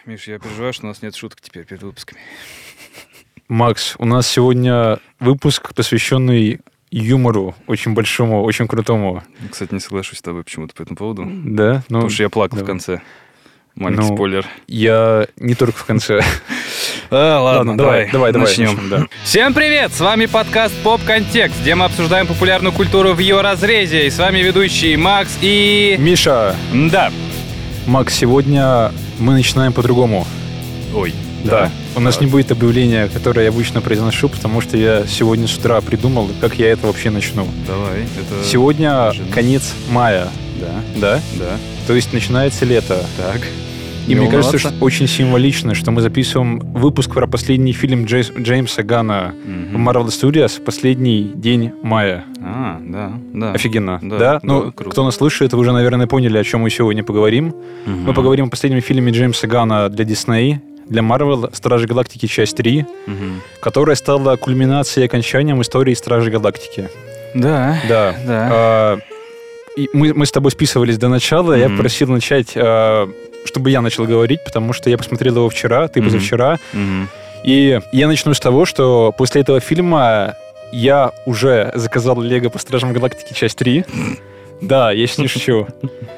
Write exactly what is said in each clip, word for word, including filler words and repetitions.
Миш, я переживаю, что у нас нет шуток теперь перед выпусками. Макс, у нас сегодня выпуск, посвященный юмору, очень большому, очень крутому. Кстати, не соглашусь с тобой почему-то по этому поводу. Да? Ну, потому что я плакал давай. в конце. Маленький ну, спойлер. Я не только в конце. А, ладно, давай, давай, давай, начнем. начнем, да. Всем привет! С вами подкаст «Поп-контекст», где мы обсуждаем популярную культуру в ее разрезе. И с вами ведущие Макс и... Миша! Да. Макс, сегодня мы начинаем по-другому. Ой. Да. У нас Так. не будет объявления, которое я обычно произношу, потому что я сегодня с утра придумал, как я это вообще начну. Давай. Это... Сегодня Жена. конец мая, Да, да? да. То есть начинается лето. Так. И Не мне кажется, волноваться? что очень символично, что мы записываем выпуск про последний фильм Джейс- Джеймса Ганна в Мгм. Marvel Studios в последний день мая. А, да, да. Офигенно, Да, да? да, Ну, круто. кто нас слышит, вы уже, наверное, поняли, о чем мы сегодня поговорим. Мгм. Мы поговорим о последнем фильме Джеймса Ганна для Disney, для Marvel «Стражи Галактики. Часть три», Мгм. которая стала кульминацией и окончанием истории Стражей Галактики. Да. Да. Да. А, и мы, мы с тобой списывались до начала, я Мгм. просил начать, а, чтобы я начал говорить, потому что я посмотрел его вчера, ты Мгм. позавчера. Мгм. И я начну с того, что после этого фильма я уже заказал Лего по Стражам Галактики часть три. Да, я сейчас не шучу.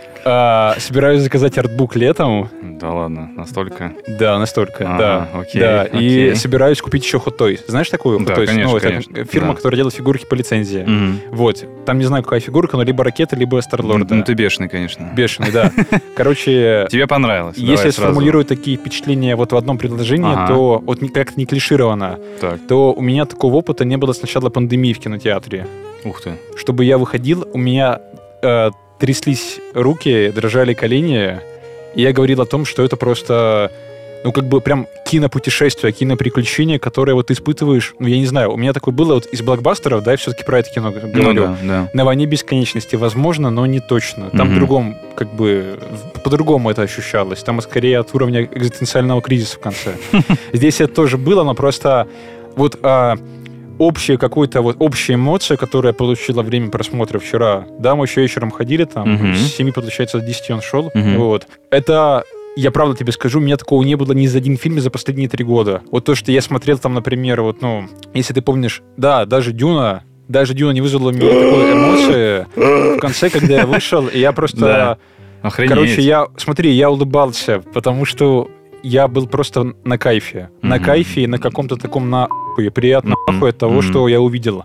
А, собираюсь заказать артбук летом. Да ладно, настолько. Да, настолько, Ага, да. окей, да. окей. И собираюсь купить еще Hot Toys. Знаешь такую Hot Да, Toys? конечно, Ну, это конечно, фирма, да. которая делает фигурки по лицензии. Мгм. Вот. Там не знаю, какая фигурка, но либо ракета, либо Старлорда. Ну, ты бешеный, конечно. Бешеный, да. Короче, Тебе понравилось? если Давай я сразу. сформулирую такие впечатления вот в одном предложении, Ага. то вот не- как-то не клишировано, Так, то у меня такого опыта не было с начала пандемии в кинотеатре. ух ты. Чтобы я выходил, у меня э, тряслись руки, дрожали колени, и я говорил о том, что это просто, ну, как бы прям кинопутешествие, киноприключение, которое вот ты испытываешь, ну, я не знаю, у меня такое было вот из блокбастеров, да, я все-таки про это кино Ну говорю. да, да. На «Войне бесконечности» возможно, но не точно. Там Мгм. другом, как бы, в- по-другому это ощущалось. Там скорее от уровня экзистенциального кризиса в конце. Здесь это тоже было, но просто вот а, общая какой-то вот общая эмоция, которую я получил во время просмотра вчера. Да, мы еще вечером ходили, там Мгм. с семи, получается, до десяти он шел. Мгм. Вот. Это... Я правда тебе скажу, у меня такого не было ни за один фильм за последние три года. Вот то, что я смотрел там, например, вот, ну, если ты помнишь, да, даже «Дюна», даже «Дюна» не вызвала у меня такой эмоции в конце, когда я вышел, и я просто... Да. Охренеть. Короче, я... Смотри, я улыбался, потому что я был просто на кайфе. На Мгм. кайфе и на каком-то таком нахуе, приятном Мгм. нахуе от того, Мгм. что я увидел.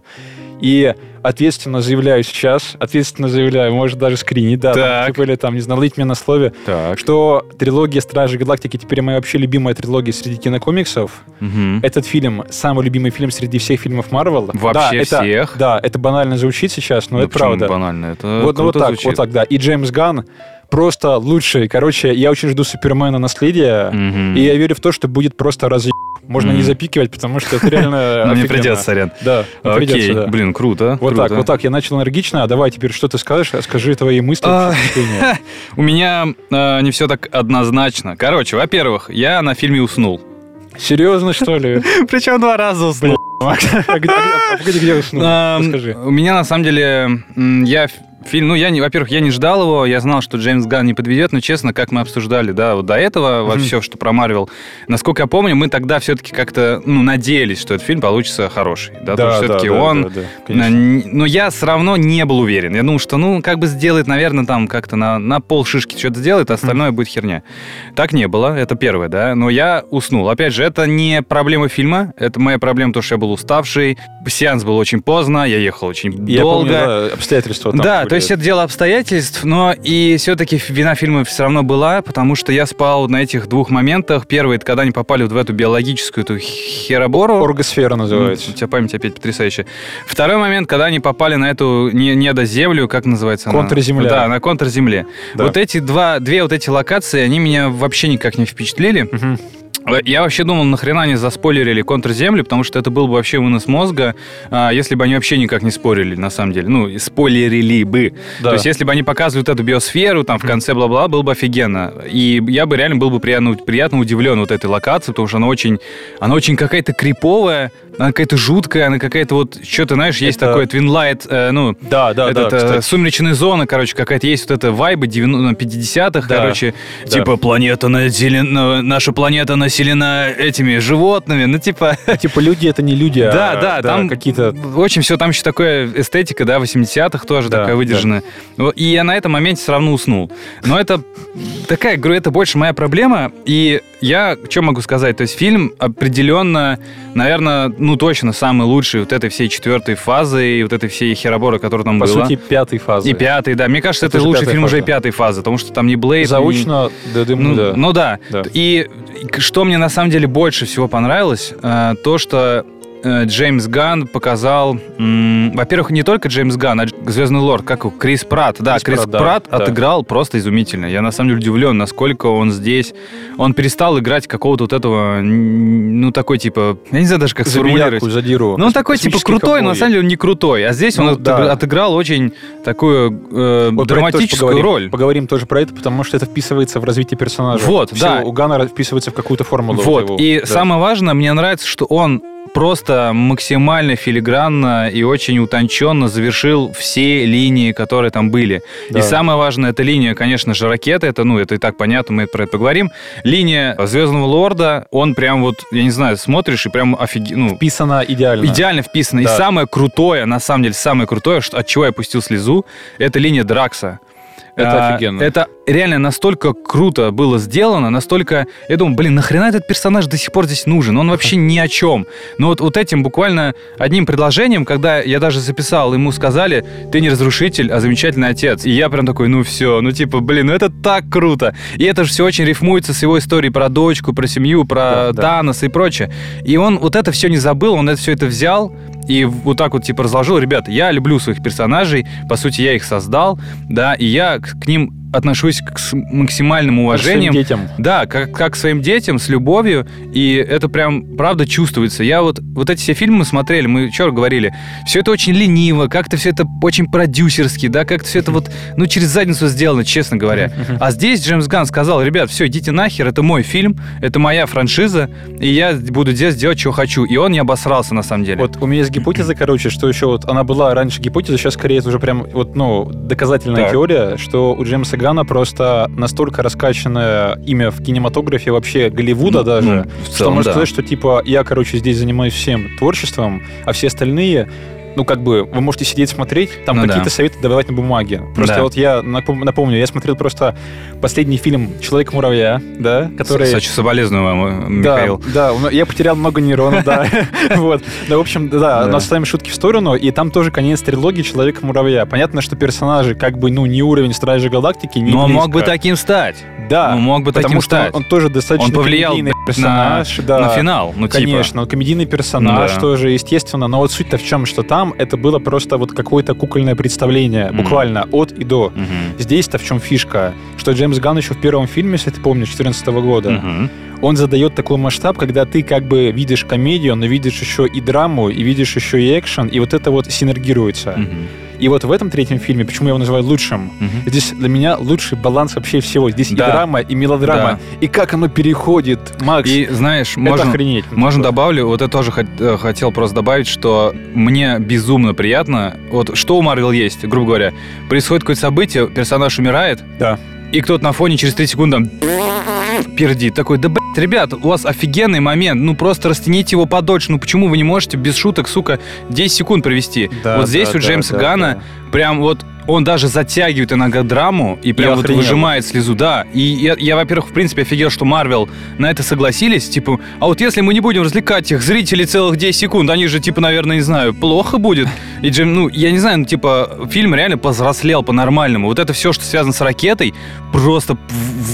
И ответственно заявляю сейчас, ответственно заявляю, может даже скринить, да, там, Так. типа, или там, не знаю, ловить меня на слове, Так. что трилогия «Стражи Галактики» теперь моя вообще любимая трилогия среди кинокомиксов. Мгм. Этот фильм самый любимый фильм среди всех фильмов Марвел. Вообще да, это, всех? Да, это банально звучит сейчас, но Ну, это почему правда. банально? Это Вот, ну, вот круто так, звучит. вот так, да. И Джеймс Ганн просто лучший. Короче, я очень жду Супермена наследия, Мгм. и я верю в то, что будет просто разъеб. Можно Мгм. не запикивать, потому что это реально Ну, не офигенно. придется, сорян. Да, не Окей, придется, да. блин, круто. Вот круто. так, вот так. Я начал энергично, а давай теперь что ты скажешь? Скажи твои мысли. А, впечатления. У меня э, не все так однозначно. Короче, во-первых, я на фильме уснул. Серьезно, что ли? Причем два раза уснул. А где- а погоди, где уснул? Ам, Расскажи. У меня, на самом деле, м, я ф- фильм, ну, я, не, во-первых, я не ждал его, я знал, что Джеймс Ганн не подведет, но, честно, как мы обсуждали, да, вот до этого, во Мгм. все, что про Марвел, насколько я помню, мы тогда все-таки как-то, ну, надеялись, что этот фильм получится хороший, да, потому что все-таки он... да, да, На- конечно. н- Но я все равно не был уверен. Я думал, что, ну, как бы сделает, наверное, там как-то на, на пол шишки что-то сделает, а остальное будет херня. Так не было, это первое, да. Но я уснул. Опять же, это не проблема фильма, это моя проблема, то, что я был уставший. Сеанс был очень поздно, я ехал очень Я долго. помню, да, обстоятельства там Да, были. то есть это дело обстоятельств, но и все-таки вина фильма все равно была, потому что я спал на этих двух моментах. Первый, это когда они попали вот в эту биологическую эту херобору. Оргосфера У называется. тебя память опять потрясающая. Второй момент, когда они попали на эту не, недоземлю, как называется она? Контрземля. Да, на контрземле. Да. Вот эти два, две вот эти локации, они меня вообще никак не впечатлили. Мгм. Я вообще думал, нахрена они заспойлерили «Контрземли», потому что это был бы вообще вынос мозга, если бы они вообще никак не спорили, на самом деле. Ну, спойлерили бы. Да. То есть, если бы они показывают эту биосферу, там, в конце бла-бла, было бы офигенно. И я бы реально был бы приятно, приятно удивлен вот этой локацией, потому что она очень, она очень какая-то криповая, она какая-то жуткая, она какая-то вот, что-то, знаешь, есть это... такое Twin Light, э, ну, да, да, этот, да, э, сумеречная зона, короче, какая-то есть вот эта вайба пятидесятых, да, короче, да. Типа планета населена, наша планета населена этими животными, ну, типа... Типа люди — это не люди, да, а да, да, там какие-то... Очень все, там еще такая эстетика, да, восьмидесятых тоже да, такая выдержанная. Да. И я на этом моменте все равно уснул. Но это такая, говорю, это больше моя проблема, и я что могу сказать? То есть фильм определенно, наверное, ну точно самый лучший вот этой всей четвертой фазы и вот этой всей хероборы, которая там По была. По сути, пятой фазы. И пятой, да. Мне кажется, это, это лучший фильм фаза. Уже пятой фазы, потому что там не Блейд. Заочно, не... да, дым, ну, да. Ну да. да. И что мне на самом деле больше всего понравилось, то, что Джеймс Ганн показал, м- во-первых, не только Джеймс Ганн, а «Звездный лорд», как у Крис Пратт. Да, Крис, Крис Пратт да, отыграл да. просто изумительно. Я на самом деле удивлен, насколько он здесь... Он перестал играть какого-то вот этого, ну, такой типа... Я не знаю даже, как сформулировать. Задиру. Ну, он такой типа крутой, ковбой. Но на самом деле он не крутой. А здесь ну, он да. отыграл очень такую э, вот драматическую поговорим, роль. Поговорим тоже про это, потому что это вписывается в развитие персонажа. Вот, Все да. У Ганна вписывается в какую-то формулу. Вот, его. и да. самое важное, мне нравится, что он просто максимально филигранно и очень утонченно завершил все линии, которые там были. Да. И самое важное, это линия, конечно же, ракеты. Это, ну, это и так понятно, мы про это поговорим. Линия Звездного Лорда, он прям вот, я не знаю, смотришь и прям офиген... Ну, вписано идеально. Идеально вписано. Да. И самое крутое, на самом деле, самое крутое, что, от чего я пустил слезу, это линия Дракса. Это а, офигенно. Это реально настолько круто было сделано, настолько... Я думаю, блин, нахрена этот персонаж до сих пор здесь нужен? Он вообще ни о чем. Но вот, вот этим буквально одним предложением, когда я даже записал, ему сказали, ты не разрушитель, а замечательный отец. И я прям такой, ну все, ну типа, блин, ну это так круто. И это же все очень рифмуется с его историей про дочку, про семью, про да, Таноса да. и прочее. И он вот это все не забыл, он это все это взял и вот так вот типа разложил. Ребята, я люблю своих персонажей, по сути, я их создал, да, и я к ним отношусь к максимальным уважением. Как к своим детям. Да, как, как к своим детям, с любовью, и это прям, правда, чувствуется. Я вот, вот эти все фильмы смотрели, мы что говорили, все это очень лениво, как-то все это очень продюсерски, да, как-то все это вот, ну, через задницу сделано, честно говоря. А здесь Джеймс Ганн сказал, ребят, все, идите нахер, это мой фильм, это моя франшиза, и я буду здесь делать, что хочу. И он не обосрался, на самом деле. Вот у меня есть гипотеза, короче, что еще вот она была раньше гипотеза, сейчас скорее это уже прям вот, ну, доказательная так. теория, что у Джеймса Ганна просто настолько раскачанное имя в кинематографе вообще Голливуда ну, даже, ну, что целом, можно да. сказать, что типа я, короче, здесь занимаюсь всем творчеством, а все остальные... Ну, как бы, вы можете сидеть смотреть, там ну, какие-то да. советы давать на бумаге. Просто да. вот я напомню, я смотрел просто последний фильм «Человек-муравья», да, который... Сочи соболезную вам, Михаил. Да, да, я потерял много нейронов, да. Вот. Ну, в общем, да, но оставим шутки в сторону, и там тоже конец трилогии «Человека-муравья». Понятно, что персонажи, как бы, ну, не уровень «Стражей Галактики», не но он мог бы таким стать. Да. Он мог бы таким стать. Потому что он тоже достаточно комедийный персонаж. На финал, ну, типа. Конечно, он комедийный персонаж тоже, естественно. Но вот суть-то в чем, что там это было просто вот какое-то кукольное представление, mm-hmm. буквально от и до. Mm-hmm. Здесь-то в чем фишка, что Джеймс Ганн еще в первом фильме, если ты помнишь, две тысячи четырнадцатого года, mm-hmm. он задает такой масштаб, когда ты как бы видишь комедию, но видишь еще и драму, и видишь еще и экшен, и вот это вот синергируется. Mm-hmm. И вот в этом третьем фильме, почему я его называю лучшим, mm-hmm. здесь для меня лучший баланс вообще всего. Здесь да. и драма, и мелодрама, да. и как оно переходит, Макс. И знаешь, это можно, охренеть. Можно добавлю, вот я тоже хот- хотел просто добавить, что мне безумно приятно, вот что у Марвел есть, грубо говоря, происходит какое-то событие, персонаж умирает, да. и кто-то на фоне через три секунды пердит. Такой, да, блядь, ребят, у вас офигенный момент, ну просто растяните его подольше, ну почему вы не можете без шуток, сука, десять секунд провести? Да, вот здесь да, у Джеймса да, Ганна да. прям вот он даже затягивает иногда драму и прям и вот выжимает слезу, да. И я, я, во-первых, в принципе, офигел, что Марвел на это согласились, типа, а вот если мы не будем развлекать их зрителей целых десять секунд, они же, типа, наверное, не знаю, плохо будет. И Джейм, ну, я не знаю, ну, типа, фильм реально повзрослел по-нормальному. Вот это все, что связано с ракетой, просто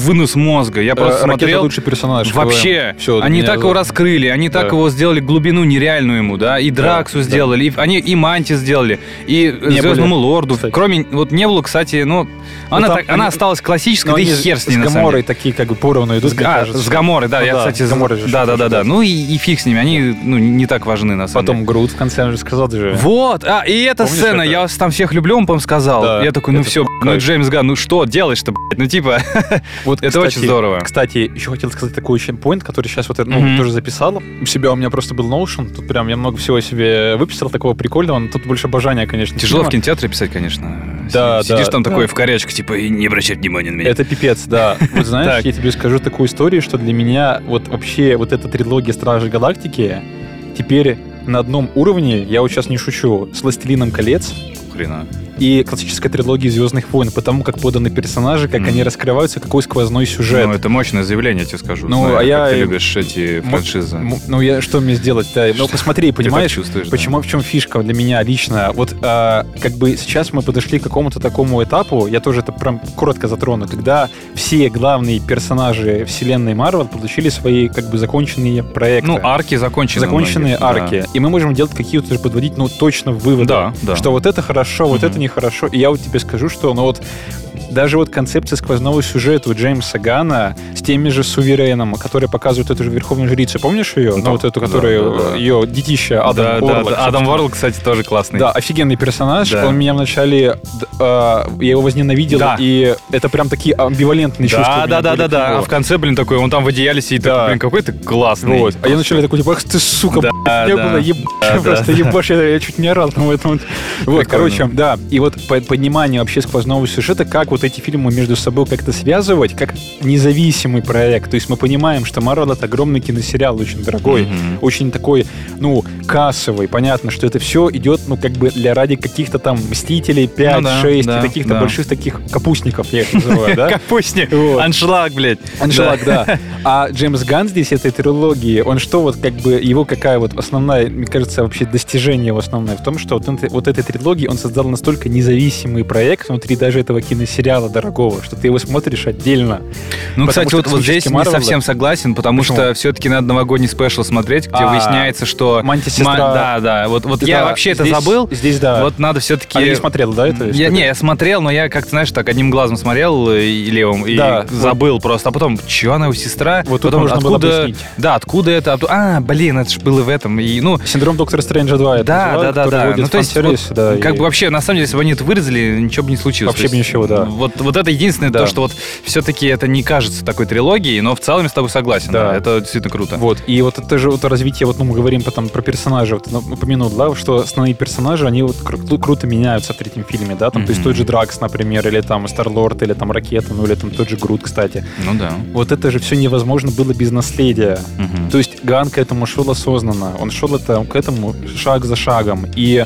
вынос мозга. Я просто Ракета смотрел... лучший персонаж. Вообще. Все, они так за... его раскрыли, они да. так его сделали глубину нереальную ему, да, и Драксу да, сделали, да. И, они и Манти сделали, и не Звездному были, Лорду. кстати. Кроме... Вот не было, кстати, ну... Она, там, так, она они, осталась классической, да и хер с ней, с на самом Гаморой деле. такие как бы поровну идут, С, мне а, кажется. с Гаморой, да, ну, я, да, кстати... Гаморой да, да, да, да. Ну и, и фиг с ними, они ну, не так важны, на самом Потом деле. Грут в конце, он же сказал даже. Вот, а, и эта Помнишь сцена, это? я вас там всех люблю, он, по-моему, сказал. Да, я такой, ну все, ну Джеймс Ганн, ну что делаешь-то, блядь, ну типа, вот, это кстати, очень здорово. Кстати, еще хотел сказать такой очень поинт, который сейчас вот, ну, Мгм. тоже записал. У себя у меня просто был Notion, тут прям я много всего себе выписал такого прикольного, но тут больше обожания, конечно. Тяжело в фильма. кинотеатре писать, конечно. Да, Сидишь да, там да. такой в корячку, типа, и не обращай внимания на меня. Это пипец, да. Вот знаешь, Так. я тебе скажу такую историю, что для меня вот вообще вот эта трилогия Стражей Галактики теперь на одном уровне, я вот сейчас не шучу, с «Властелином колец» Хрена. и классической трилогии «Звездных войн», потому как поданы персонажи, как Мгм. они раскрываются, какой сквозной сюжет. Ну, это мощное заявление, я тебе скажу. Ну, Знаю, а как я- ты любишь эти М- франшизы. М- Ну, я что мне сделать-то? Ну, посмотри, Ты так понимаешь, чувствуешь, да. почему, в чем фишка для меня лично? Вот а, как бы сейчас мы подошли к какому-то такому этапу, я тоже это прям коротко затрону, когда все главные персонажи вселенной Марвел получили свои как бы законченные проекты. Ну, арки закончены. законченные у многих, арки. И мы можем делать какие-то, подводить, ну, точно выводы. Да, да. Что вот это хорошо, вот Мгм. это нехорошо. И я вот тебе скажу, что, ну вот, даже вот концепция сквозного сюжета у Джеймса Ганна с теми же Сувереном, который показывает эту же Верховную Жрицу, помнишь ее? Да, Ну, вот эту, да, которая, да, да. ее детище Да, Адам да, Уорлок, да. Адам собственно. Уорлок, кстати, тоже классный. Да, офигенный персонаж. Да. Он меня вначале, д- э, я его возненавидел, Да. и это прям такие амбивалентные чувства. у Да, меня да, да, были да, к да. нему. А в конце, блин, такой, он там в одеяле сидит, Да. такой, блин, какой ты классный. Вот. А я вначале такой, типа, ах ты, сука, Да, блядь, не да. было, ебать, Да, я просто да. ебашь, я, я чуть не орал там в этом. Вот, Прикольно. короче, да. И вот по- понимание вообще сквозного сюжета, как вот эти фильмы между собой как-то связывать, как независимый проект. То есть мы понимаем, что Marvel — это огромный киносериал, очень дорогой, Мгм. очень такой, ну, кассовый. Понятно, что это все идет, ну, как бы для ради каких-то там Мстителей пять, Ну да, шесть да, и каких-то да. больших таких капустников, я их называю, да? Капустник. Вот. Аншлаг, блядь. Аншлаг, да. А Джеймс Ганн здесь, этой трилогии, он что, вот как бы, его какая вот основная, мне кажется, вообще достижение его основное в том, что вот, это- вот этой трилогии он создал настолько независимый проект внутри даже этого киносериала дорогого, что ты его смотришь отдельно. Ну, Потому кстати, что вот, вот здесь классический не Марвел- совсем согласен, потому Почему? что все-таки надо новогодний спешл смотреть, где А, выясняется, что... Манти-сестра. Ма- Да, да. Вот, вот я Да, вообще это здесь- забыл. Здесь, да. Вот надо все-таки... А ты не смотрел, да, это? Я, историю? не, я смотрел, но я как-то, знаешь, так одним глазом смотрел э, и левым, и Да, забыл просто. А потом, че она его сестра? Вот тут потом, нужно было откуда... объяснить. Да, откуда это? Отту- А, блин, это же было в этом. И, ну, Синдром Доктора Стрэнджа два. это да, называют, да, да, который да. вводит Ну, то есть, фан-сервис, вот, да, как и- бы вообще, на самом деле, если бы они это вырезали, ничего бы не случилось. Вообще То бы есть, ничего, да. Вот, вот это единственное, Да. то, что вот все-таки это не кажется такой трилогией, но в целом я с тобой согласен. Да. Да. Это действительно круто. Вот, и вот это же вот развитие, вот ну, мы говорим потом про персонажей, вот ну, упомянул, да, что основные персонажи, они вот кру- круто меняются в третьем фильме, да, там, то есть Мгм. тот же Дракс, например, или там Стар-Лорд, или там Ракета, ну или там тот же Грут, кстати. Ну да. Вот это же все невозможно было без наследия. Мгм. То есть Ган к этому шел осознанно, он шел это, к этому шаг за шагом, и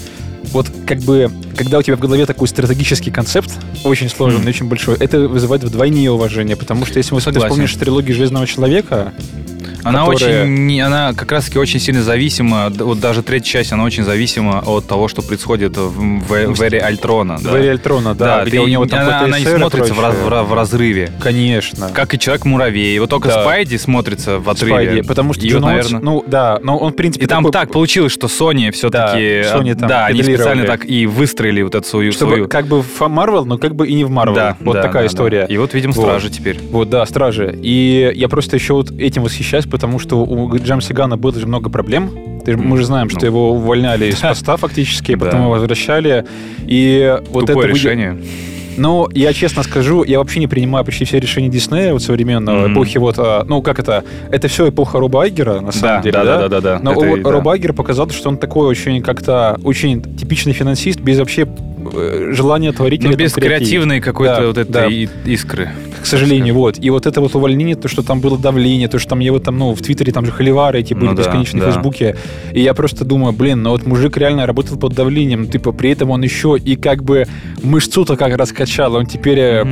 вот как бы, когда у тебя в голове такой стратегический концепт, очень сложный, Мгм. очень большой, это вызывает вдвойне уважение, потому что если вы Согласен. вспомнишь трилогию Железного человека, Она которые- очень, не- она как раз-таки очень сильно зависима, д- вот даже третья часть, она очень зависима от того, что происходит в, в, в эре Альтрона. Да. в эре Альтрона, да, где ты- у него там она, она не ПТСР и смотрится в, раз- прочее. в ra- в разрыве. Конечно. Как и Человек-муравей. Вот только Да. Спайди смотрится в отрыве. Спайди, потому что И Джон вот, Уотс, наверное, ну да, но он в принципе и там такой- так получилось, что Sony все-таки... Да, Sony там да, они педалировали. специально так и выстроили вот эту свою... чтобы свою... как бы в Марвел, но как бы и не в Марвел. Да, Вот да, такая да, история. да. И вот видим Вот. Стражи теперь. Вот, да, Стражи. И я просто еще вот этим восхищаюсь, потому что у Джеймса Ганна было же много проблем. Ты- Мы же знаем, что Ну. его увольняли из поста фактически, Да. потом его возвращали. И вот Тупое это вы- решение. Но я честно скажу, я вообще не принимаю почти все решения Диснея вот современного, Мгм. эпохи вот, а, ну как это, это все эпоха Роба Айгера, на самом Да, деле, да, да? да, да, да. Но Это О- и да. Роб Айгер показал, что он такой очень как-то, очень типичный финансист, без вообще э, желания творить. Ну, или там без креативить. креативной какой-то Да, вот этой да. и- искры. К сожалению, вот. И вот это вот увольнение, то, что там было давление, то, что там его там, ну, в Твиттере там же холивары эти были, Ну да, бесконечные да. в Фейсбуке. И я просто думаю, блин, ну вот мужик реально работал под давлением, типа, при этом он еще и как бы мышцу-то как раскачал, он теперь э, Мгм.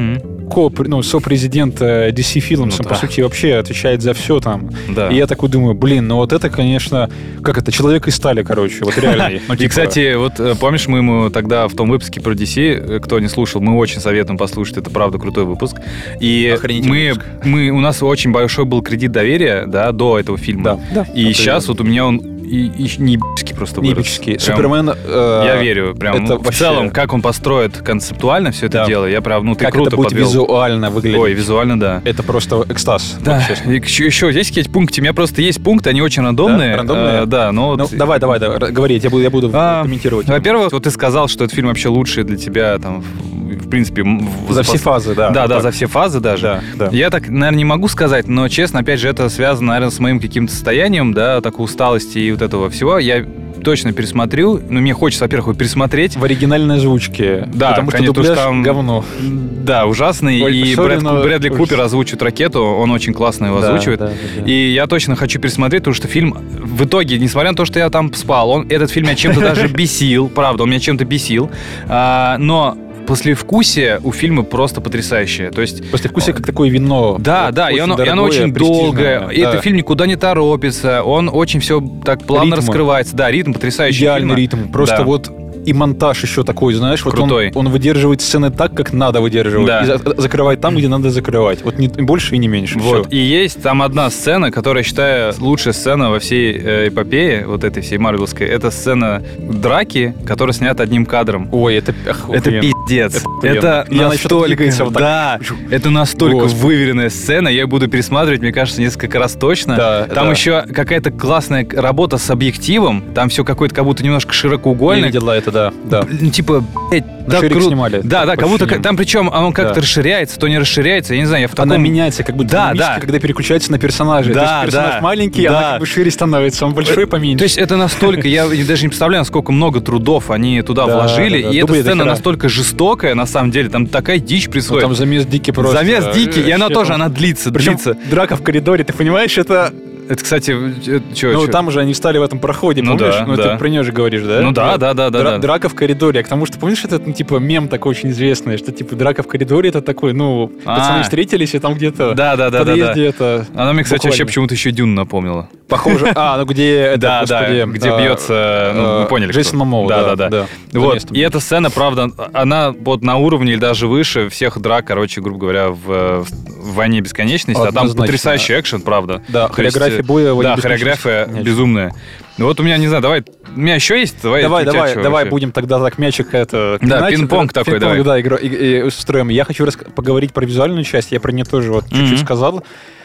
ко, ну, сопрезидент ди си Films, Ну он, да. по сути, вообще отвечает за все там. Да. И я такой думаю, блин, ну вот это, конечно, как это, человек из стали, короче, вот реальный. Ну, И, типа, кстати, вот э, помнишь, мы ему тогда в том выпуске про ди си, э, кто не слушал, мы очень советуем послушать, это правда крутой выпуск. И Охренительный мы, выпуск. мы, у нас очень большой был кредит доверия, да, до этого фильма. Да, да. И Это сейчас верно. вот у меня он и, и не ебический просто Не вырос. эпический. Прям Супермен... э, Я верю, прям это в вообще- целом, как он построит концептуально все это Да. дело, я прям, ну ты Как круто это будет подвел. визуально выглядеть. Ой, визуально, да. Это просто экстаз. Да, вот честно. и еще, еще здесь какие-то пункты. У меня просто есть пункты, они очень рандомные. Да? Рандомные? Э, да, но Ну, вот- давай, давай, да, р- говори, я буду, я буду А, комментировать. Во-первых, вот ты сказал, что этот фильм вообще лучший для тебя, там, в, в принципе... м, в- За в- все фазы, да. Да, вот да, так. за все фазы даже. Да, да. Я так, наверное, не могу сказать, но, честно, опять же, это связано, наверное, с моим каким-то состоянием, да, такой усталости и вот этого всего. Я точно пересмотрю. Ну, мне хочется, во-первых, его пересмотреть. В оригинальной озвучке. Да, потому что конечно, дубляж потому что там- говно. Да, ужасный. Ой, и sorry, Брэд- но Брэдли ужас. Купер озвучивает «Ракету», он очень классно его Да, озвучивает. да, да, да. И я точно хочу пересмотреть, потому что фильм в итоге, несмотря на то, что я там спал, он, этот фильм меня чем-то даже бесил, правда, он меня чем-то бесил, а, но послевкусие у фильма просто потрясающее. То есть Послевкусие как такое вино. да, Вот да, и очень оно, и дорогое, оно очень престижное. долгое. И Да. этот фильм никуда не торопится. Он очень все так плавно Ритм. раскрывается. Да, ритм потрясающий. Идеальный фильма. ритм. Просто Да. вот и монтаж еще такой, знаешь, вот он, Крутой. он выдерживает сцены так, как надо выдерживать. Да. И за- закрывает там, где надо закрывать. Вот не больше и не меньше. Вот. Всё. И есть там одна сцена, которая, я считаю, лучшая сцена во всей э, эпопее, вот этой всей марвелской. Это сцена драки, которая снята одним кадром. Ой, это... ах, Это охуенно. пиздец. Это Это, охуенно. И она ещё так настолько... двигается вот так. Да, это настолько Господи. выверенная сцена. Я буду пересматривать, мне кажется, несколько раз точно. Да, Там да. еще какая-то классная работа с объективом. Там все какое-то как будто немножко Я широкоугольное. видела это, да. да. Ну, типа, блядь, На да, ширик кру- снимали. Да, да, по как будто ощущениям. там причем оно как-то Да. расширяется, то не расширяется. Я не знаю, я в таком... Она меняется, как бы Да, динамически, да. когда переключается на персонажа. Да, То есть персонаж да, маленький, да. она как бы шире становится. Он большой, поменьше. То есть это настолько, я даже не представляю, сколько много трудов они туда Да, вложили, да, да. и эта Дублей до сцена хера. настолько жестокая, на самом деле, там такая дичь Ну, происходит. там замес дикий просто. Замес дикий, и она Вообще тоже, там- она длится, Причем длится. драка в коридоре, ты понимаешь, это... Это, кстати, что, Ну, там же они встали в этом проходе, Ну помнишь? да, Ну, да. ты про нее же говоришь, да? Ну да, да, да, да, Дра- да. Драка в коридоре. А к тому, что, помнишь, это, ну, типа, мем такой очень известный, что, типа, драка в коридоре, это такой, ну, пацаны А. встретились, и там где-то Да, да, в да, да, да. подъезде это... Она мне, кстати, вообще буквально. почему-то еще Дюну напомнила. Похоже. А, ну, где это, Да, да, господи, где а, бьется, ну, а, вы поняли, Джейсон кто. Момоа, Да, да, да, да. За Вот, местом. и эта сцена, правда, она вот на уровне или даже выше всех драк, короче, грубо говоря, в, в «Войне бесконечности», а там Однозначно. потрясающий экшен, правда. Да, То есть, хореография э, боя... в Да, «Войне хореография бесконечности». безумная. Ну вот у меня, не знаю, давай, у меня еще есть? Давай, Давай, у тебя давай, чё давай вообще? будем тогда так мячик это... Да, пинать, пинг-понг да, такой, пинг-понг, давай. да, игру, и, и устроим. Я хочу рас- поговорить про визуальную часть, я про нее тоже вот чуть-чуть Мгм. сказал.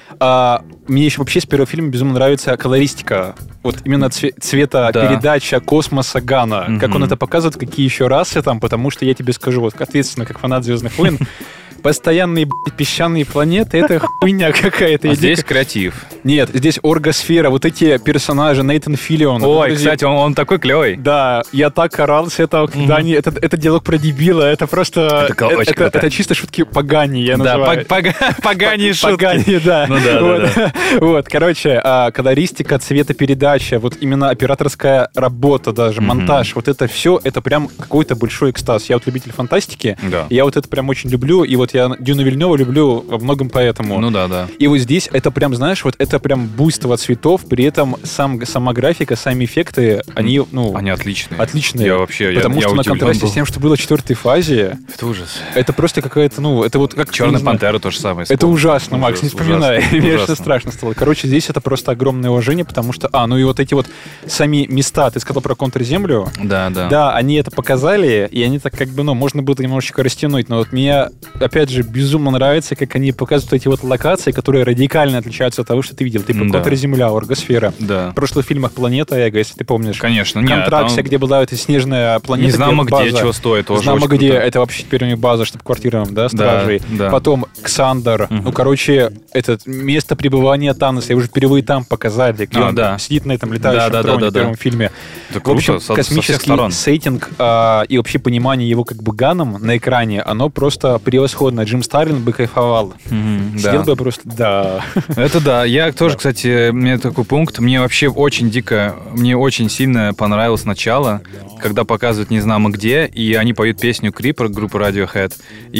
А, мне еще вообще с первого фильма безумно нравится колористика. Вот именно цве- цвета Да. передача космоса Гана. Мгм. Как он это показывает, какие еще расы там, потому что я тебе скажу, вот ответственно, как фанат «Звездных войн», постоянные б***ь, песчаные планеты — это хуйня какая-то. А Я здесь дико- креатив. Нет, здесь оргосфера, вот эти персонажи, Нейтан Филлион. Ой, вот эти- кстати, он, он такой клевый. Да, я так орал с этого, когда они... Это, это диалог про дебила, это просто... Это кол- очень это, круто. это чисто шутки Пагани, я Да, называю. пог- пога- погани шутки. Пагани, да. Ну да, да, вот. Вот, короче, а, колористика, цветопередача, вот именно операторская работа даже, Мгм. монтаж, вот это все, это прям какой-то большой экстаз. Я вот любитель фантастики, Да. я вот это прям очень люблю, и вот я Дюну Вильнёва люблю во многом поэтому. Ну да, да. И вот здесь это прям, знаешь, вот это прям буйство цветов, при этом сам, сама графика, сами эффекты, они, ну, Они отличные. отличные. Я вообще, я- Потому я что на удивлен контрасте был. с тем, что было в четвертой фазе, Это ужас. это просто какая-то, ну, это вот как... я Черная не знаю, пантера то же самое. это вспомни. ужасно, Макс, не Ужас, вспоминай. ужасно, Мне ужасно. что страшно стало. Короче, здесь это просто огромное уважение, потому что... А, ну и вот эти вот сами места, ты сказал про контрземлю, Да, да. да, они это показали, и они так как бы, ну, можно было немножечко растянуть, но вот мне, опять же, безумно нравится, как они показывают эти вот локации, которые радикально отличаются от того, что ты видел. Типа Да. контрземля, оргосфера. Да. В прошлых фильмах «Планета Эго», если ты помнишь. Конечно. Нет, Контракция, там где была эта снежная планета. Не знамо где где, база. чего стоит. Тоже Знамо очень где, круто. это вообще теперь у них база штаб-квартира, да, стражей. да. Потом Ксандер. Мгм. Ну, короче, это место пребывания Таноса. Его уже впервые там показали, где А, он да. сидит на этом летающем Да, да, троне да, в да, первом да. фильме. Это В круто, общем, со- со всех космический сторон. сеттинг а, и вообще понимание его как бы Ганом на экране, оно просто превосходное. угодно, Джим Старлинг бы кайфовал. Мгм, Сидел да. бы просто, да. Это да. Я тоже, кстати, у меня такой пункт. Мне вообще очень дико, мне очень сильно понравилось начало, когда показывают «Не знамо где», и они поют песню «Creeper» группы Radiohead.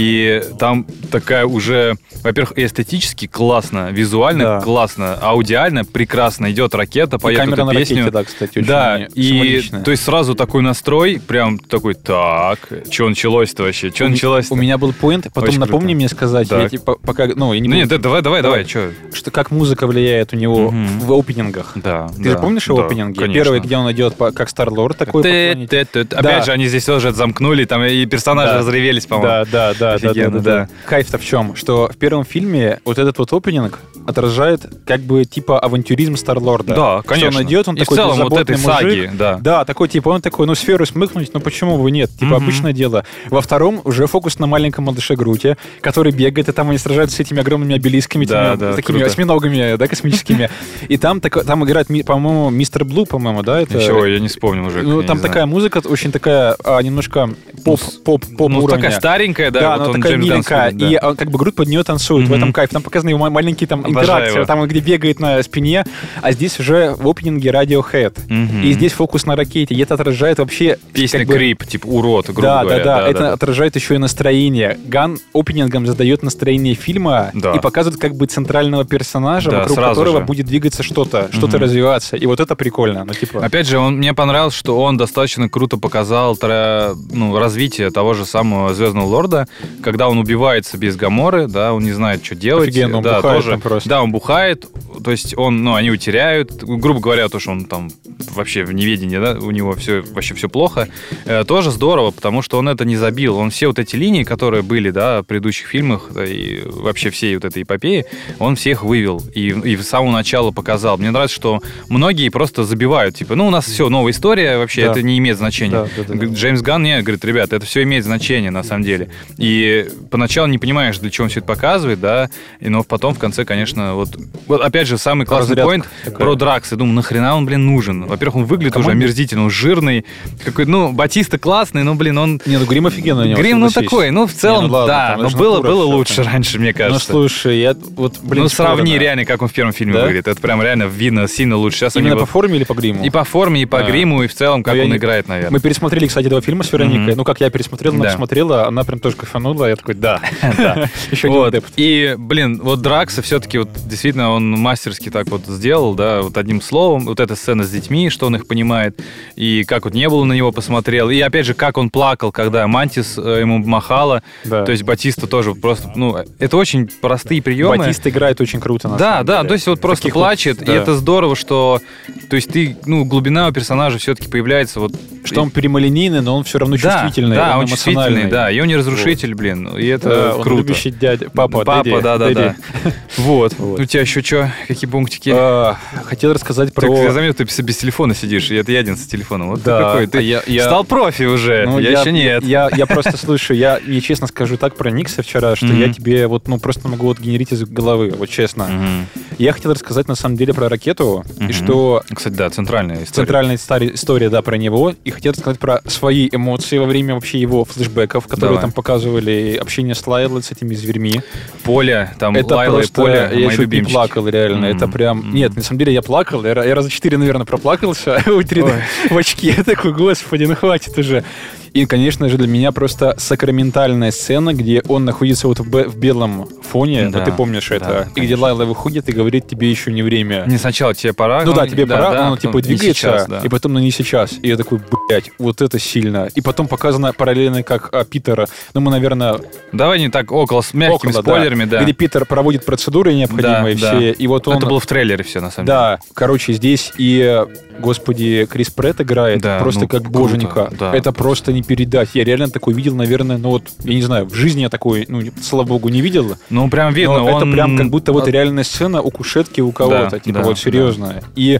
И там такая уже, во-первых, эстетически классно, визуально Да. классно, аудиально прекрасно идет ракета, И поет камера эту на песню. ракете, да, кстати, очень Да, и символичная. то есть сразу такой настрой, прям такой, так, что началось-то вообще, что У- началось-то? У меня был поинт, потом Очень напомни круто. мне сказать, я Так. типа пока, ну, я не Ну буду- нет, да, давай, давай, Давай. давай, что? что как музыка влияет у него Мгм. в опенингах. Да, Ты же помнишь его опенинги? Первый, где он идет по- как Стар-Лорд такой по Ты- планете. ты- ты- Да. Опять же, они здесь тоже замкнули, там и персонажи Да. разревелись, по-моему. Да, да, да, да, да, Офигенно, да, да. да. Кайф-то в чем? Что в первом фильме вот этот вот опенинг отражает как бы типа авантюризм Стар-Лорда. Да, конечно. Что он идет, он И такой в целом вот беззаботный этой мужик. саги, да. Да, такой типа, он такой, ну сферу смыкнуть, ну почему бы нет? Типа Мгм. обычное дело. Во втором уже фокус на маленьком малыше Груте, который бегает, и там они сражаются с этими огромными обелисками, Да, этими да, такими круто. осьминогами, да, космическими. И там, тако- там играет, ми- по-моему, мистер Блу, по-моему, да? Это... Ничего, я не вспомню уже. Ну, я там не такая знаю. музыка очень такая, а, немножко поп, поп, поп Ну, уровня. такая старенькая, да, Да, вот она он такая Джеймс миленькая, Ганн, да. и он, как бы грудь под нее танцует, в Мгм. этом кайф. Там показаны его ма- маленькие там Обожаю интеракции, его. там где бегает на спине, а здесь уже в опенинге Radiohead. Мгм. И здесь фокус на ракете, и это отражает вообще... Песня как бы- «Крип», типа «Урод», грубо Да, говоря. да, да, это отражает еще и настроение. Ган опенингом задает настроение фильма Да. и показывает как бы центрального персонажа, Да, вокруг сразу которого же. будет двигаться что-то, что-то Мгм. развиваться. И вот это прикольно. Ну, типа... Опять же, он, мне понравилось, что он достаточно круто показал тра- ну, развитие того же самого Звездного Лорда, когда он убивается без Гаморы, да, он не знает, что делать. Офигенно, он да, бухает тоже, там просто. Да, он бухает, то есть он, ну, они утеряют, грубо говоря, то, что он там вообще в неведении, да, у него все, вообще все плохо, э, тоже здорово, потому что он это не забил. Он все вот эти линии, которые были, да, в предыдущих фильмах, да, и вообще всей вот этой эпопеи, он всех вывел и, и с самого начала показал. Мне нравится, что многие просто забивают, типа, ну, у нас все, новая история, вообще Да. это не имеет значения. Да, да, да, Говорит, Джеймс Ганн, нет, говорит, ребята, это все имеет значение на самом деле. И поначалу не понимаешь, для чего он все это показывает, да, и, но потом в конце, конечно, вот, вот опять же, самый классный Разрядка поинт такая. про Дракс. Я думаю, нахрена он, блин, нужен? Во-первых, он выглядит Кому уже он- омерзительно, он жирный, какой, ну, Батиста классный, но, блин, он... Не, ну грим офигенно у него, Грим, ну, согласись. такой, ну, в целом, Не, ну ладно, да, там но даже было, натура было всё лучше там. раньше, мне Ну, кажется. слушай, я вот, блин, ну, сравни спорно. реально, как он в первом фильме Да? выглядит. Это прям реально видно сильно лучше. Сейчас они Именно вот- по форме или по гриму? и по форме, и по А. гриму, и в целом, как Ну, я он не- играет, наверное. Мы пересмотрели, кстати, два фильма с Вероникой. Мгм. Ну, как я пересмотрел, она Да. посмотрела, она прям тоже кайфанула. Я такой, да. Да. Еще один Вот. адепт. И, блин, вот Дракса все-таки вот действительно он мастерски так вот сделал, да, вот одним словом, вот эта сцена с детьми, что он их понимает, и как вот не было на него посмотрел, и опять же, как он плакал, когда Мантис э, ему махала, Да. то есть Батиста тоже просто, ну, это очень простые приемы. Батист играет очень круто, на Да, самом да, деле. то есть вот просто Таких вот, плачет, и да. это здорово, что, то есть ты, ну, глубина у персонажа все-таки появляется вот... Что он прямолинейный, но он все равно да, чувствительный, да, он эмоциональный. чувствительный, да, и он не разрушитель, блин, и это Да, он круто. любящий дядя, папа, Папа, дэдди, да, да, дэдди. да. Вот. Вот. У тебя еще что? Какие пунктики? А, Хотел рассказать Так, я про... заметил, ты без, без телефона сидишь, и это я один с телефоном. Вот Да, ты какой. Ты а я- я- стал профи уже. Ну, я, еще нет. Я, я просто, слушай, я, я честно скажу так про Никса вчера, что Мгм. я тебе вот, ну, просто могу вот генерить из головы, вот честно. Мгм. Я хотел рассказать, на самом деле, про ракету, Мгм. и что Кстати, да, центральная история. центральная история, история, да, про него, и хотел рассказать про свои эмоции во время вообще его флешбеков, которые Давай. там показывали общение с Лайлой, с этими зверьми. Поля, там Это Лайла просто... и Поля, я мои чуть не любимчики. плакал, реально. Мгм. Это прям... Мгм. Нет, на самом деле я плакал. Я, я раза четыре, наверное, проплакался у три Ой. в очки. Я такой, господи, ну хватит уже. И, конечно же, для меня просто сакраментальная сцена, где он находится вот в, бе- в белом фоне, Да, вот ты помнишь да, это, и где конечно. Лайла выходит и говорит, тебе еще не время. Не сначала тебе пора. Ну да, тебе пора, да, он потом типа не двигается, сейчас, да. и потом, ну не сейчас. И я такой, блядь, вот это сильно. И потом показано параллельно, как а, Питера, ну мы, наверное, Давай не так около, с мягкими около, спойлерами, да. где Питер проводит процедуры необходимые Да, все, да. и вот он... Это было в трейлере все, на самом деле. Да, короче, здесь и, господи, Крис Претт играет Да, просто ну, как круто, боженька. да. Это просто не передать. Я реально такой видел, наверное, ну вот, я не знаю, в жизни я такой, ну, слава богу, не видел. Ну, прям видно, Но он... это прям как будто вот реальная сцена у кушетки у кого-то, Да, типа да, вот серьезная. И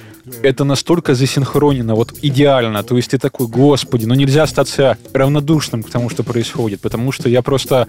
это настолько засинхронено, вот идеально. То есть ты такой, господи, ну нельзя остаться равнодушным к тому, что происходит, потому что я просто...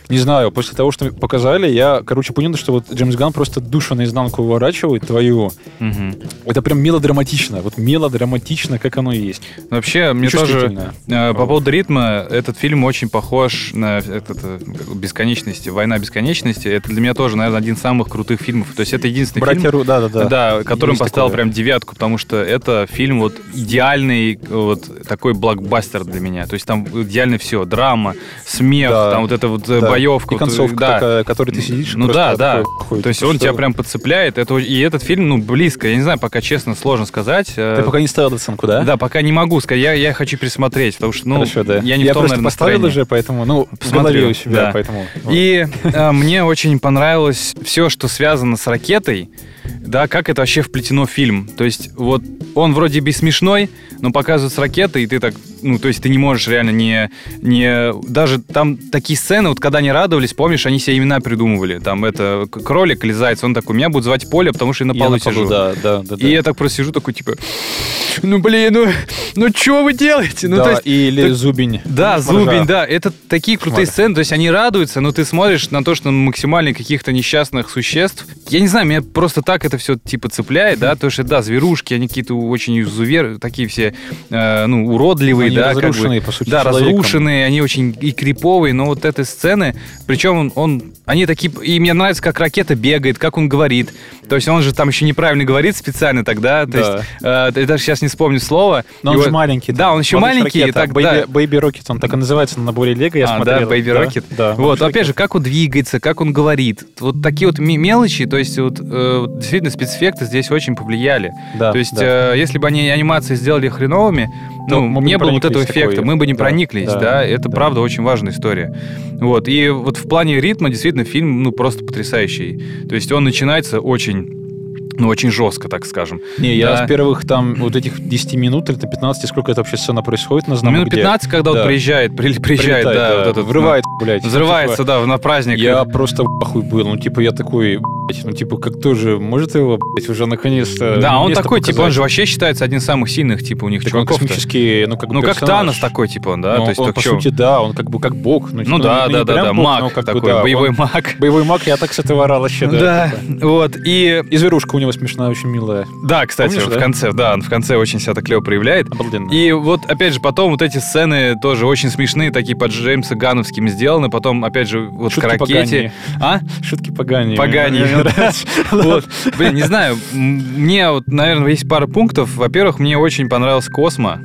Не знаю, после того, что показали, я, короче, понял, что вот Джеймс Ганн просто душу наизнанку выворачивает твою. Угу. Это прям мелодраматично. Вот мелодраматично, как оно и есть. Но вообще, мне тоже э, по поводу ритма, этот фильм очень похож на этот, э, «Бесконечности», «Война бесконечности». Это для меня тоже, наверное, один из самых крутых фильмов. То есть это единственный Братья фильм, Ру... да, да, да. Да, которым поставил такое. прям девятку, потому что это фильм вот идеальный, вот такой блокбастер для меня. То есть там идеально все. Драма, смех, да. там вот эта вот да. боевка. И концовка, да. такая, которой ты сидишь. Ну да, да. Такой, то есть типа, он что... тебя прям подцепляет. Это, и этот фильм, ну, близко. Я не знаю, пока честно, сложно сказать. Ты пока не ставил оценку, да? Да, пока не могу сказать. Я, я хочу пересмотреть, потому что, ну, Хорошо, да. я не я в том, просто наверное, поставил настроении. уже, поэтому, ну, посмотрю у себя, да. поэтому. И э, мне очень понравилось все, что связано с ракетой. Да, как это вообще вплетено в фильм. То есть вот он вроде бы смешной, но показывают с ракетой, и ты так, ну, то есть ты не можешь реально не, не... Даже там такие сцены, вот когда они радовались, помнишь, они себе имена придумывали. Там это кролик или заяц, он такой, меня будут звать Поля, потому что я на полу я сижу. Да, да, да, и да. я так просто сижу, такой, типа, ну, блин, ну, ну что вы делаете? Ну, да, то есть, или так, Зубень. Да, Шмаржа. Зубень, да. Это такие крутые Шмар. сцены, то есть они радуются, но ты смотришь на то, что максимально каких-то несчастных существ. Я не знаю, меня просто так это все типа цепляет, да, потому что, да, зверушки, они какие-то очень изувер... такие все, э, ну, уродливые, они да. разрушенные, как бы, по сути, да, человеком. разрушенные, они очень и криповые, но вот этой сцены, причем он, он, они такие, и мне нравится, как ракета бегает, как он говорит, то есть он же там еще неправильно говорит специально тогда, то да. есть, э, я даже сейчас не вспомню слово. Но он Его... же маленький. Да, он еще маленький, так, так, Baby, да. Baby Rocket, он так и называется на наборе Лего, я а, смотрел. да, Baby да, Rocket. Да, вот, Baby опять Rocket. же, как он двигается, как он говорит. Вот такие вот мелочи, то есть вот, э, действительно спецэффекты здесь очень повлияли. Да, то есть, да. э, если бы они анимации сделали хреновыми, То ну, мы бы не не было вот этого прониклись эффекта, такой. мы бы не Да, прониклись, да, да, это да. правда очень важная история. Вот, и вот в плане ритма действительно фильм, ну, просто потрясающий. То есть он начинается очень... Ну, очень жестко, так скажем. Не, да. я с первых там вот этих десяти минут или пятнадцати, сколько это вообще сцена происходит, на Ну, знамо минут где. пятнадцать, когда Да. он приезжает, при, приезжает, Прилетает, да, вот этот... врывает, блядь. ну, взрывается, Типа, да, на праздник. я просто в ахуе был. Ну, типа, я такой, блядь, ну, типа, как тоже, может его, блядь, уже наконец-то Да, он место такой, типа, он показать? же вообще считается одним из самых сильных, типа, у них Так он чуваков. космический, ну, как бы Ну, как персонаж. Танос такой, типа, он, да? Ну, То есть, он, так по чё? сути, да, он как бы как бог. Ну, Ну, типа, да, не да, да, прям да, бог, маг но как бы, такой, да, боевой он- маг. Боевой маг, я так с этого орал вообще, да. Да, типа. вот, и... И зверушка у него смешная, очень милая. Да, кстати, Помнишь, в да? конце, да, он в конце очень себя так клево проявляет. Обалденно. И вот, опять же, потом вот эти сцены тоже очень смешные, такие под Джеймса Ганновскими сделаны. Потом, опять же, вот Шутки к ракете. А? Шутки поганее. Поганее. Мне нравится. Вот. Блин, не знаю, м- мне вот, наверное, есть пара пунктов. Во-первых, мне очень понравился Космо.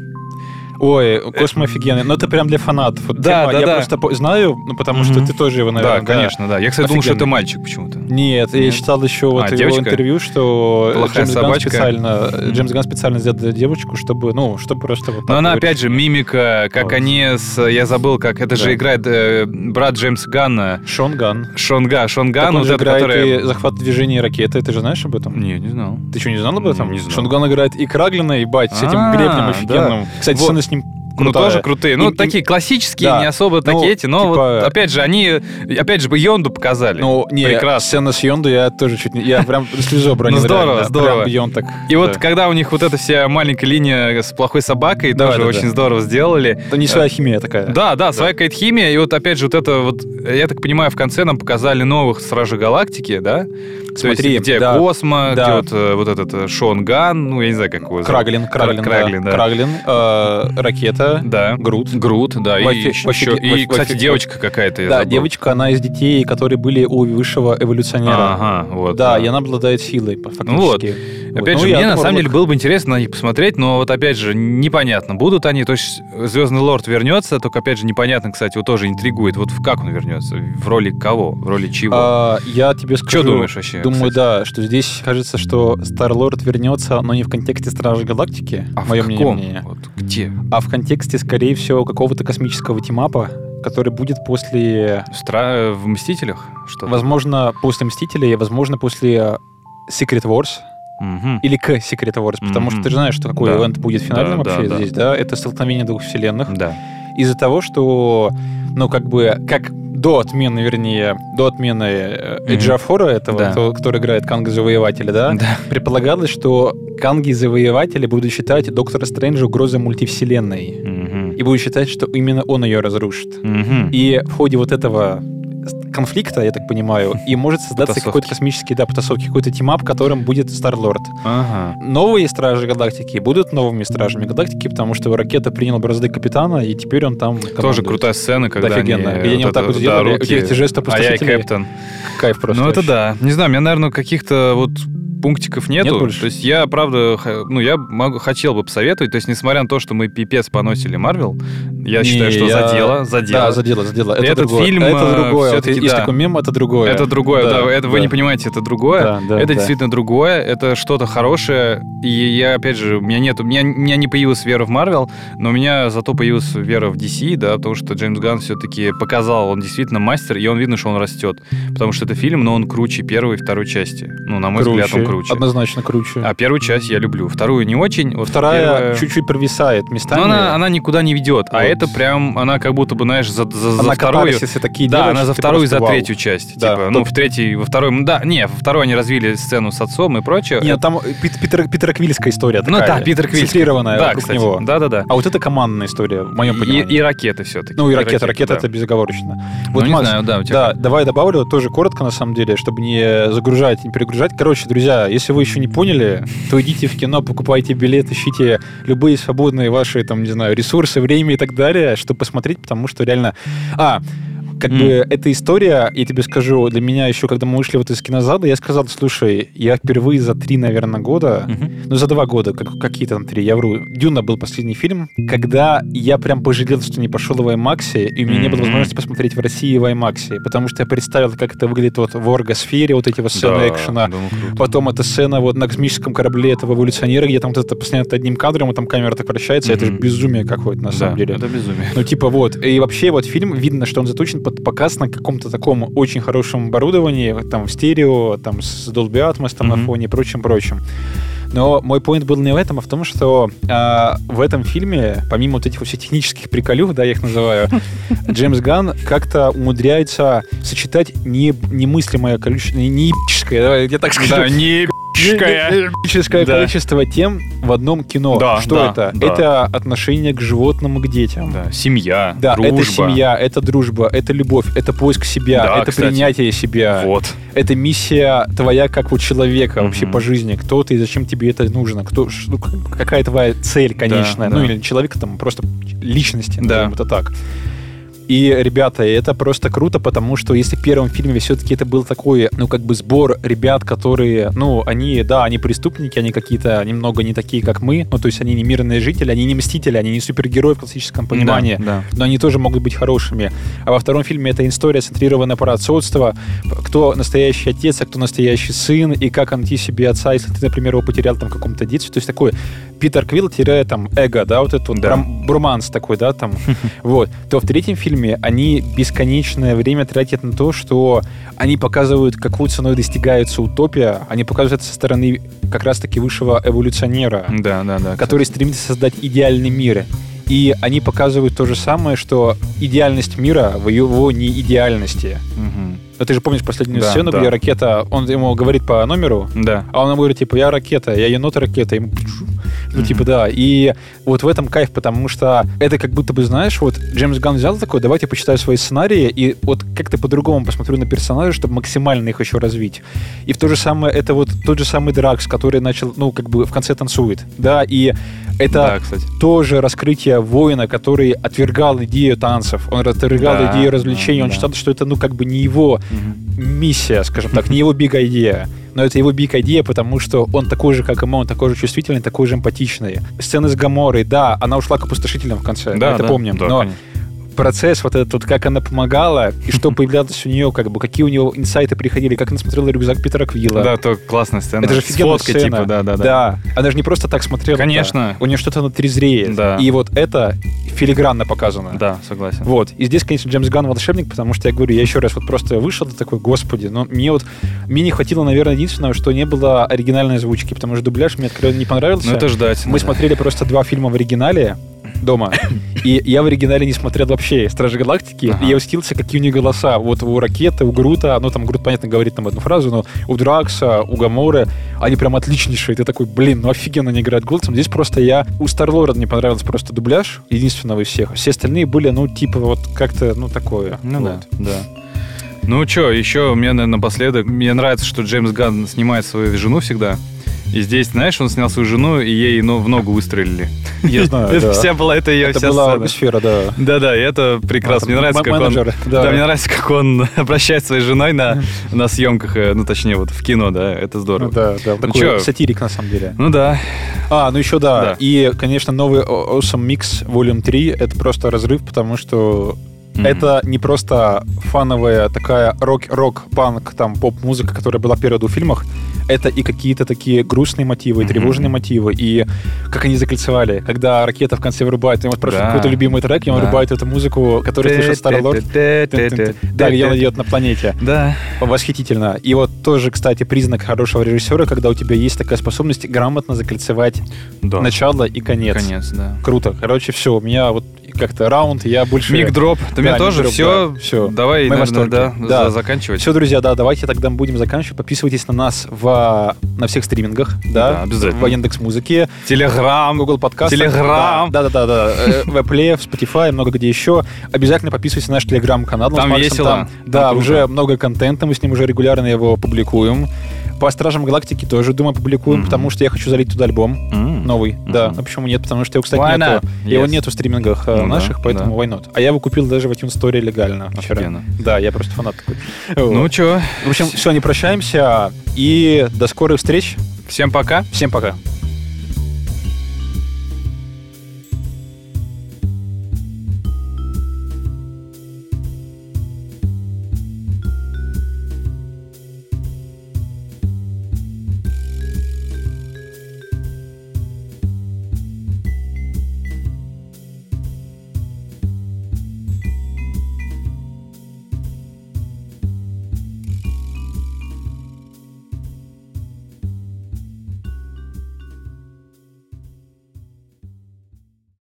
Ой, Космо офигенный. Но это прям для фанатов. Вот Да, тема, да, я да. просто по- знаю, ну, потому что Мгм. ты тоже его, наверное, Да, конечно, да. Я, кстати, думал, что это Офигенный. мальчик почему-то. Нет, я Нет? читал еще вот А, его девочка? интервью, что Плохая Джеймс Ганн собачка. специально, Мгм. Джеймс Ганн специально сделал девочку, чтобы, ну, чтобы просто вот так Но она, говорить. опять же, мимика, как Вот. они с... Я забыл, как... Это Да. же играет э, брат Джеймса Ганна, Шон Ганн. Шонга. Шон Так Ганн, он вот же это, играет который... и захват движения ракеты, ты же знаешь об этом? Не, не знал. Ты что, не знал об этом? Не, не знал. Шон Ганн играет и Краглина, и бать, с этим А, гребнем офигенным. Кстати, Вот. сцена с ним Ну, крутая. тоже крутые. Ну, Им- такие им- классические, да. не особо Ну, такие эти, но типа- вот, опять же, они, опять же, бы Йонду показали. Ну, не, Прекрасно. сцена с Йонду, я тоже чуть не... Я прям слезу обронил. Ну, здорово, реально. здорово. Прям Йон так... И вот да. когда у них вот эта вся маленькая линия с плохой собакой, Да, тоже да, очень да. здорово сделали. Это не своя химия такая. Да, да, своя какая-то химия. И вот опять же вот это вот, я так понимаю, в конце нам показали новых Стражей Галактики, да? То Смотри, есть, где да. Космо, Да. где вот, э, вот этот э, Шон Ган, ну, я не знаю, как его зовут. Краглин, Краглин, Краглин, да. Краглин, э, ракета, Да. Грут. Грут, да. В И, офи- в еще, офиге- и, в кстати, офи- девочка какая-то, я Да, забыл. девочка, она из детей, которые были у высшего эволюционера. Ага, вот. Да, и она обладает силой, по- фактически. Ну вот. Вот. Опять Ну, же, я мне на думаю, самом вот- деле было бы интересно на них посмотреть, но вот опять же, непонятно, будут они, то есть Звездный Лорд вернется, только опять же непонятно, кстати, вот тоже интригует, вот в как он вернется, в роли кого, в роли чего. А, я тебе скажу... Что думаешь вообще? Думаю, кстати? да, что здесь кажется, что Стар-Лорд вернется, но не в контексте Стражей Галактики, А в мое каком? мнение, Вот где? а в контексте, скорее всего, какого-то космического тимапа, который будет после, Стра... В Мстителях? Что? возможно, после Мстителей, возможно, после Secret Wars, Мгм. или к Secret Wars, потому Мгм. что ты же знаешь, что какой Да. ивент будет финальным Да, вообще да, да. здесь, да? Это столкновение двух вселенных. Да. Из-за того, что, ну, как бы, как до отмены, вернее, до отмены э, Мгм. Эджафора этого, Да. кто- который играет Канга Завоевателя, да, Да. предполагалось, что Канги Завоеватели будут считать Доктора Стрэнджа угрозой мультивселенной. Мгм. И будут считать, что именно он ее разрушит. Мгм. И в ходе вот этого конфликта, я так понимаю, и может создаться Потасовки. какой-то космический, да, потасовки, какой-то тимап, которым будет Стар-Лорд. Ага. Новые Стражи Галактики будут новыми Стражами Галактики, потому что Ракета принял бразды капитана, и теперь он там командует. Тоже крутая сцена, когда Да, они... офигенно. И они вот так вот да, сделали, руки, эти жесты а я и опустошителей. капитан. Кайф просто. Ну, это вообще. да. Не знаю, у меня, наверное, каких-то вот пунктиков нету. Нет больше? То есть я, правда, х- ну, я могу, хотел бы посоветовать. То есть, несмотря на то, что мы пипец поносили Марвел, я Не, считаю, что я- задело, задело. Да, задело, задело. Это Этот другое. фильм, это э, другое. Вот всё-таки есть да. такой мем, это другое. Это другое, да, это вы не понимаете, это другое. Да, да, это да. действительно другое, это что-то хорошее. И я, опять же, у меня нет, у меня, у меня не появилась вера в Марвел, но у меня зато появилась вера в ди си, да, потому что Джеймс Ганн все-таки показал, он действительно мастер, и он видно, что он растет. Потому что это фильм, но он круче первой и второй части. Ну, на мой взгляд, он круче. Однозначно круче. А первую часть я люблю, вторую не очень. Вот Вторая первая- чуть-чуть провисает местами. Но она, она никуда не ведет, а Вот. это прям, она как будто бы, знаешь, за, за, за Она вторую... катарсисы такие Да, делает, она за что ты вторую и просто за вау. третью часть. Да, Типа, ну, топ. в третьей, во второй... Да, не, во второй они развили сцену с отцом и прочее. Нет, там Пит- Питер, Питер Квильская история Ну такая. да, Питер Квиль. Центрированная Да, вокруг кстати. него. Да-да-да. А вот это командная история, в моем И, понимании. и ракеты все-таки. Ну и ракета, ракета да. это безоговорочно. Ну, Вот, не Макс, знаю, да, у тебя да, как? давай добавлю, тоже коротко на самом деле, чтобы не загружать, не перегружать. Короче, друзья, если вы еще не поняли, то идите в кино, покупайте билет, ищите любые свободные ваши, там, не знаю, ресурсы, время и так далее, чтобы посмотреть, потому что реально... А, как Mm. бы эта история, я тебе скажу, для меня еще, когда мы вышли вот из кинозала, я сказал, слушай, я впервые за три, наверное, года, Мгм. ну, за два года, как, какие там три, я вру. «Дюна» был последний фильм, когда я прям пожалел, что не пошел в IMAX, и у меня не было Мгм. возможности посмотреть в России в IMAX, потому что я представил, как это выглядит вот в оргосфере, вот эти вот сцены Да, экшена. да, ну, круто. Потом эта сцена вот на космическом корабле этого эволюционера, где там вот это постоянно одним кадром, и там камера так вращается, это же Мгм. безумие какое-то на Да, самом деле. это безумие. Ну, типа вот. И вообще вот фильм, видно, что он заточен под показ на каком-то таком очень хорошем оборудовании, там в стерео, там с Dolby Atmos там Мгм. на фоне и прочим-прочим. Но мой поинт был не в этом, а в том, что а, в этом фильме, помимо вот этих вот всех технических приколюх, да, я их называю, Джеймс Ганн как-то умудряется сочетать не, немыслимое количество, не, не ебическое, давай я так скажу, Да, не не- ебическое Да. количество тем в одном кино. Да, Что да, это? да. Это отношение к животным и к детям. Да, семья, Да, дружба. это семья, это дружба, это любовь, это поиск себя, Да, это кстати. принятие себя. Вот. Это миссия твоя как у человека вообще Мгм. по жизни. Кто ты и зачем тебе это нужно? Кто, ш- ну, к- какая твоя цель конечная? Да, ну да. или человека, там просто личности, Да. назовем это так. И, ребята, это просто круто, потому что если в первом фильме все-таки это был такой, ну, как бы сбор ребят, которые, ну, они, да, они преступники, они какие-то немного не такие, как мы, ну, то есть они не мирные жители, они не мстители, они не супергерои в классическом понимании, Да, да. но они тоже могут быть хорошими. А во втором фильме эта история центрирована про отцовство, кто настоящий отец, а кто настоящий сын, и как найти себе отца, если ты, например, его потерял там в каком-то детстве. То есть такой Питер Квилл тире там эго, да, вот этот вот Да. бром- броманс такой, да, там, вот. То в третьем фильме они бесконечное время тратят на то, что они показывают, какой ценой достигается утопия, они показывают это со стороны как раз-таки высшего эволюционера, Да, да, да. который стремится создать идеальный мир. И они показывают то же самое, что идеальность мира в его неидеальности. Мгм. Но ты же помнишь последнюю Да, сцену, да. где ракета, он ему говорит по номеру, Да. а он ему говорит, типа, я ракета, я енот ракета. Ему, ну, Мгм. типа, да. И вот в этом кайф, потому что это как будто бы, знаешь, вот Джеймс Ганн взял такой, давайте почитаю свои сценарии, и вот как-то по-другому посмотрю на персонажей, чтобы максимально их еще развить. И в то же самое, это вот тот же самый Дракс, который начал, ну, как бы в конце танцует, да, и это Да, кстати. тоже раскрытие воина, который отвергал идею танцев, он отвергал Да, идею развлечений, да, он да. считал, что это, ну, как бы не его Мгм. миссия, скажем так, не его big idea, но это его big idea, потому что он такой же, как и мы, он такой же чувствительный, такой же эмпатичный. Сцены с Гаморой, да, она ушла к опустошителям в конце, мы Да, это да, помним, да, но конечно. процесс вот этот, вот, как она помогала, и что появлялось у нее, как бы, какие у нее инсайты приходили, как она смотрела рюкзак Питера Квилла. Да, то классная сцена. Это же С офигенная фоткой, сцена. типа, да, да, да. Да, она же не просто так смотрела. Конечно. У нее что-то внутри зреет. Да. И вот это филигранно показано. Да, согласен. Вот. И здесь, конечно, Джеймс Ганн волшебник, потому что я говорю, я еще раз вот просто вышел до такой, господи, но мне вот, мне не хватило, наверное, единственного, что не было оригинальной озвучки, потому что дубляж мне откровенно не понравился. Ну, это ждать. Мы надо. смотрели просто два фильма в оригинале дома, и я в оригинале не смотрел вообще «Стражи Галактики», Ага. и я усилился, какие у них голоса. Вот у Ракеты, у Грута, ну там Грут, понятно, говорит там одну фразу, но у Дракса, у Гаморы, они прям отличнейшие. Ты такой, блин, ну офигенно они играют голосом. Здесь просто я... У Стар-Лорда мне понравился просто дубляж, единственного из всех. Все остальные были, ну, типа вот как-то, ну, такое. Ну Вот. да, да. Ну что, еще мне, наверное, напоследок, мне нравится, что Джеймс Ганн снимает свою жену всегда. И здесь, знаешь, он снял свою жену, и ей ну, в ногу выстрелили. Я знаю, Это да. вся была эта ее Это вся была сцена. атмосфера, да. Да-да, и это прекрасно. Мне нравится, как он, Менеджер, да. да. мне нравится, как он обращается с своей женой на, на съемках, э, ну, точнее, вот в кино, да, это здорово. Ну да, да. Ну Такой чё? сатирик, на самом деле. Ну да. А, ну еще да. Да. И, конечно, новый Awesome Mix Volume три — это просто разрыв, потому что Мгм. это не просто фановая такая рок, рок-панк, там, поп-музыка, которая была в первых двух фильмах. Это и какие-то такие грустные мотивы, и Мгм. тревожные мотивы. И как они закольцевали, когда ракета в конце вырубает, ему спрашивают Да. какой-то любимый трек, и он Да. вырубает эту музыку, которую слышит Старый Лорд. Да, где он идет на планете. Да. Восхитительно. И вот тоже, кстати, признак хорошего режиссера, когда у тебя есть такая способность грамотно закольцевать Да. начало и конец. Конец, да. Круто. Короче, все, у меня вот как-то раунд, я больше... Миг-дроп. Ты меня Да, тоже? миг-дроп, Все? да, всё. Давай, Мы в наверное, да, восторге. Да. за- заканчивать. Все, друзья, да, давайте тогда будем заканчивать. Подписывайтесь на нас в, на всех стримингах, Да, да, обязательно. в Яндекс.Музыке, Телеграм. Google подкастах. Телеграм. Да, да, да, да. э, В Apple, в Spotify, много где еще. Обязательно подписывайтесь на наш Телеграм-канал. Там с Максом весело, там- там Да, круто. уже много контента, мы с ним уже регулярно его публикуем. По Стражам Галактики тоже, думаю, публикуем, Мгм. потому что я хочу залить туда альбом. М. Новый, да. Мгм. А почему нет? Потому что его, кстати, Why нету. not? Его Yes. нету в стримингах э, Ну да, наших, поэтому да. why not? А я его купил даже в iTunes Store легально вчера. Офигенно. Да, я просто фанат такой. Ну Вот. что, В общем, все, не прощаемся. И до скорых встреч. всем пока. Всем пока.